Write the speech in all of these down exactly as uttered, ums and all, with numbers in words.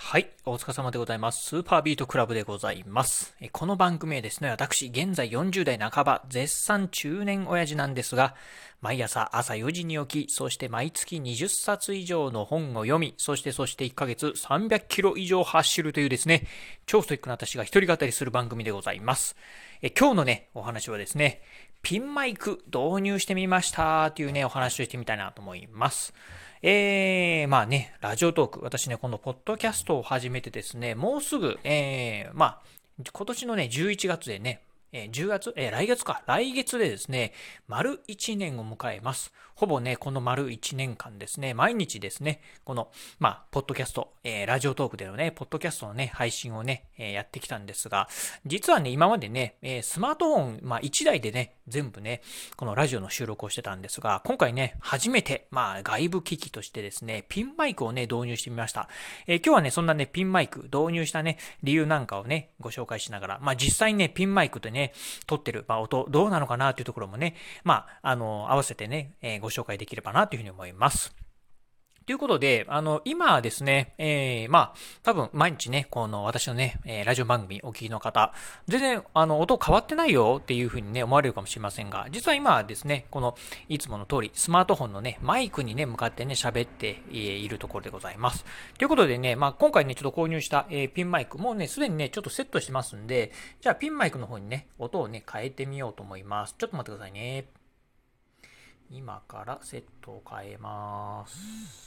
はい、お疲れ様でございます。スーパービートクラブでございます。えこの番組はですね、私、現在よんじゅう代半ば、絶賛中年親父なんですが、毎朝朝よじに起き、そして毎月にじゅっさつ以上の本を読み、そしてそしていっかげつさんびゃっキロ以上走るというですね、超ストイックな私が一人語りする番組でございます。え今日のね、お話はですね、ピンマイク導入してみましたというね、お話をしてみたいなと思います。えー、まあね、ラジオトーク。私ね、このポッドキャストを始めてですね、もうすぐ、えー、まあ、今年のね、じゅういちがつでね、えー、じゅうがつ、えー、来月か。来月でですね、丸いちねんを迎えます。ほぼね、この丸いちねんかんですね、毎日ですね、この、まあ、ポッドキャスト、えー、ラジオトークでのね、ポッドキャストのね、配信をね、えー、やってきたんですが、実はね、今までね、えー、スマートフォン、まあ、いちだいでね、全部ね、このラジオの収録をしてたんですが、今回ね、初めて、まあ、外部機器としてですね、ピンマイクをね、導入してみました。えー、今日はね、そんなね、ピンマイク導入したね、理由なんかをね、ご紹介しながら、まあ、実際にね、ピンマイクでね、撮ってる、まあ、音、どうなのかなというところもね、まあ、あの、合わせてね、えー、ご紹介できればなというふうに思います。ということで、あの、今ですね、えー、まあ、多分毎日ね、この私のね、えー、ラジオ番組お聞きの方、全然、あの、音変わってないよっていう風にね、思われるかもしれませんが、実は今はですね、この、いつもの通り、スマートフォンのね、マイクにね、向かってね、喋っているところでございます。ということでね、まあ、今回ね、ちょっと購入した、えー、ピンマイク、もうね、すでにね、ちょっとセットしてますんで、じゃあ、ピンマイクの方にね、音をね、変えてみようと思います。ちょっと待ってくださいね。今からセットを変えます。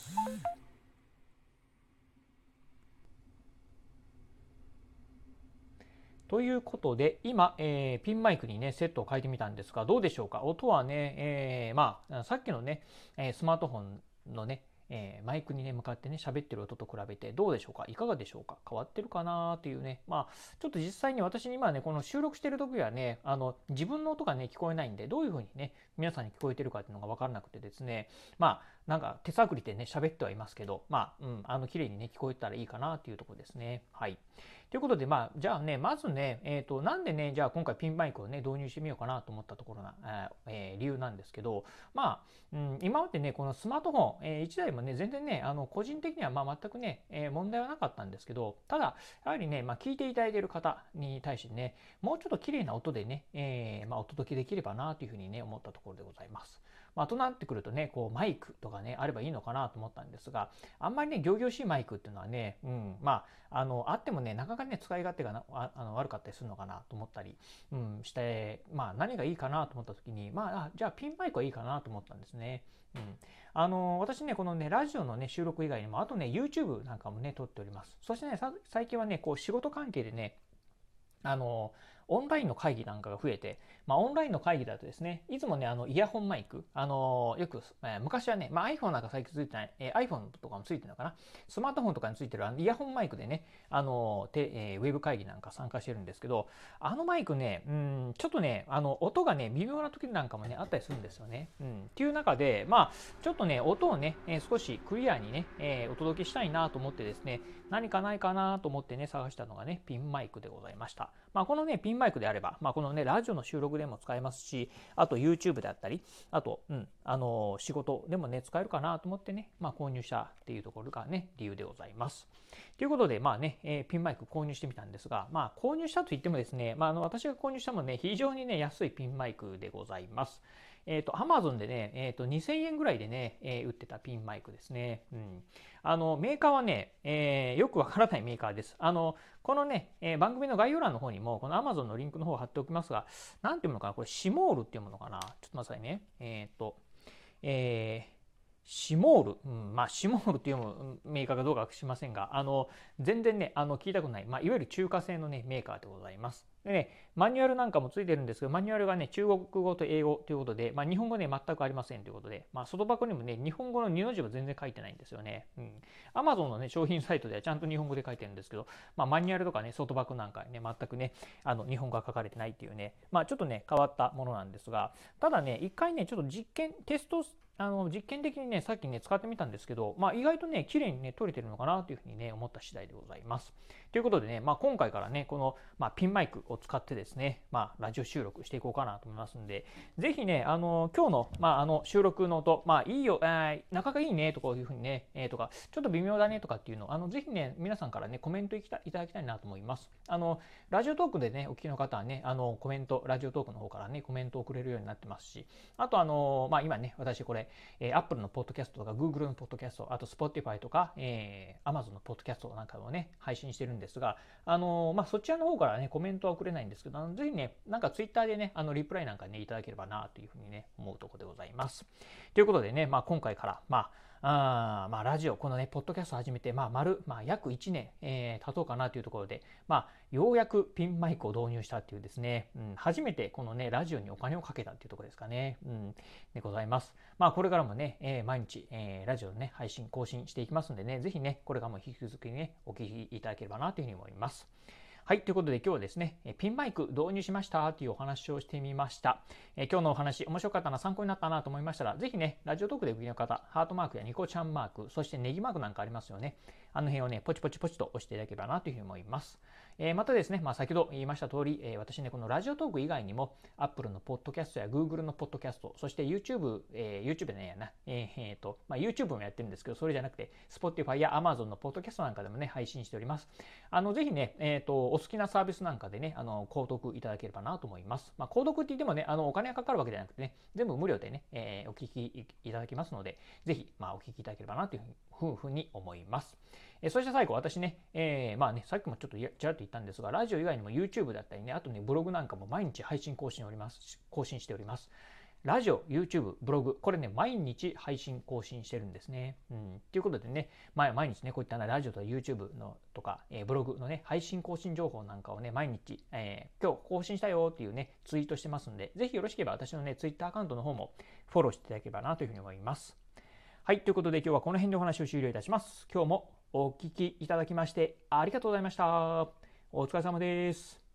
ということで、今、えーピンマイクにね、セットを変えてみたんですが、どうでしょうか。音はね、えーまあ、さっきのね、えスマートフォンのね、えーマイクにね、向かってね、喋ってる音と比べてどうでしょうか。いかがでしょうか。変わってるかなっていうね。まあ、ちょっと実際に私に今ね、この収録してる時はね、あの、自分の音がね、聞こえないんで、どういう風にね、皆さんに聞こえてるかっていうのが分からなくてですね、まあ、なんか手探りでね、喋ってはいますけど、まあ、うん、あの、綺麗にね、聞こえたらいいかなっていうところですね。はい。ということで、まあ、じゃあね、まずね、えっと、なんでね、じゃあ今回ピンマイクをね、導入してみようかなと思ったところな、えー理由なんですけど、まあ、うん、今までね、このスマートフォン、えー、いちだいもね、全然ね、あの、個人的にはまあ全くね、えー問題はなかったんですけど、ただ、やはりね、まあ、聞いていただいている方に対してね、もうちょっと綺麗な音でね、えーまあ、お届けできればなというふうにね、思ったところでございます。まあ、となってくるとね、こう、マイクとかね、あればいいのかなと思ったんですが、あんまりね、仰々しいマイクっていうのはね、うん、まあ、あの、あってもね、なかなかね、使い勝手がなああの悪かったりするのかなと思ったり、うん、して、まあ、何がいいかなと思った時に、まあ、あじゃあピンマイクはいいかなと思ったんですね。うん、あの私ね、このね、ラジオのね、収録以外にも、あとね、YouTube なんかもね、撮っております。そしてね、最近はね、こう、仕事関係でね、あの、オンラインの会議なんかが増えて、まあ、オンラインの会議だとですね、いつもね、あの、イヤホンマイク、あの、よく、えー昔はね、まあ、iPhone なんか最近ついてない、えー iPhone とかもついてるのかな、スマートフォンとかについてるあのイヤホンマイクでね、あの、てえーウェブ会議なんか参加してるんですけど、あのマイクね、うん、ちょっとね、あの、音がね、微妙な時なんかもね、あったりするんですよね。うん。っていう中で、まあ、ちょっとね、音をね、えー少しクリアにね、えーお届けしたいなと思ってですね、何かないかなと思ってね、探したのがね、ピンマイクでございました。まあ、このね、ピンマイクであれば、まあ、このね、ラジオの収録でも使えますし、あと YouTube であったり、あと、うん、あのー仕事でもね、使えるかなと思ってね、まあ、購入したっていうところがね、理由でございます。ということで、まあね、えーピンマイク購入してみたんですが、まあ、購入したといってもですね、まあ、あの私が購入したもね、非常にね、安いピンマイクでございます。えっ、ー、と、Amazon でね、えっ、ー、と、にせんえんぐらいでね、えー売ってたピンマイクですね。うん。あの、メーカーはね、えーよくわからないメーカーです。あの、このね、えー番組の概要欄の方にも、この Amazon のリンクの方を貼っておきますが、なんていうのかな、これ、シモールっていうものかな。ちょっと待ってくださいね。えっ、ー、と、えーシモール、うん、まあシモールっていうメーカーかどうかはしませんが、あの全然ね、あの聞いたことない、まあ、いわゆる中華製のねメーカーでございます。でね、マニュアルなんかもついてるんですけど、マニュアルがね、中国語と英語ということで、まあ、日本語ね、全くありませんということで、まあ、外箱にもね、日本語のにの字は全然書いてないんですよね。うん。Amazon のね、商品サイトではちゃんと日本語で書いてるんですけど、まあ、マニュアルとかね、外箱なんかね、全くね、あの日本語が書かれてないっていうね、まあ、ちょっとね、変わったものなんですが、ただね、一回ね、ちょっと実験、テストあの実験的にね、さっきね、使ってみたんですけど、まあ、意外とね、綺麗にね、撮れてるのかなというふうにね、思った次第でございます。ということでね、まあ、今回からね、この、まあ、ピンマイクを使ってですね、まあ、ラジオ収録していこうかなと思いますんで、ぜひね、あの、今日の、まあ、あの、収録の音、まあ、いいよ、えー、なかなかいいね、とかいうふうにね、えー、とか、ちょっと微妙だね、とかっていうのを、あの、ぜひね、皆さんからね、コメントいただきたいなと思います。あの、ラジオトークでね、お聞きの方はね、あの、コメント、ラジオトークの方からね、コメントをくれるようになってますし、あと、あの、まあ、今ね、私これ、えー、Apple のポッドキャストとか、Google のポッドキャスト、あと Spotify とか、えー、Amazon のポッドキャストなんかをね、配信してるんですが、あの、まあ、そちらの方からね、コメントは送れないんですけど、あのぜひね、なんか Twitter でね、あのリプライなんかね、いただければなというふうにね、思うところでございます。ということでね、まあ、今回から、まあ、あまあ、ラジオ、このね、ポッドキャストを始めて、まあ、丸、まあ、約いちねん、えー、経とうかなというところで、まあ、ようやくピンマイクを導入したっていうですね、うん、初めてこのね、ラジオにお金をかけたっていうところですかね、うん、でございます。まあ、これからもね、えー、毎日、えー、ラジオのね、配信、更新していきますんでね、ぜひね、これからも引き続きね、お聞きいただければなというふうに思います。はい、ということで今日はですね、ピンマイク導入しましたというお話をしてみました。え今日のお話、面白かったな、参考になったなと思いましたら、ぜひね、ラジオトークでお聞きの方、ハートマークやニコちゃんマーク、そしてネギマークなんかありますよね。あの辺をね、ポチポチポチと押していただければなというふうに思います。えー、またですね、まあ、先ほど言いました通り、えー、私ね、このラジオトーク以外にも、Apple のポッドキャストや Google のポッドキャスト、そして YouTube、えー、YouTube でねやな、えーえーとまあ、YouTube もやってるんですけど、それじゃなくて、Spotify や Amazon のポッドキャストなんかでもね、配信しております。あのぜひね、えーと、お好きなサービスなんかでね、あの購読いただければなと思います。まあ、購読って言ってもね、あのお金がかかるわけじゃなくてね、全部無料でね、えー、お聞きいただけますので、ぜひ、まあ、お聞きいただければなというふうに思います。えー、そして最後、私ね、えー、まあね、さっきもちょっとちらっと言ったんですが、ラジオ以外にも YouTube だったりね、あとね、ブログなんかも毎日配信更新おります、更新しております。ラジオ、YouTube、ブログ、これね、毎日配信更新してるんですね。うん。ということでね、毎日ね、こういったラジオとか YouTube のとか、えー、ブログのね、配信更新情報なんかをね、毎日、えー、今日更新したよっていうね、ツイートしてますんで、ぜひよろしければ私のね、Twitter アカウントの方もフォローしていただければなというふうに思います。はい、ということで今日はこの辺でお話を終了いたします。今日もお聞きいただきましてありがとうございました。お疲れ様です。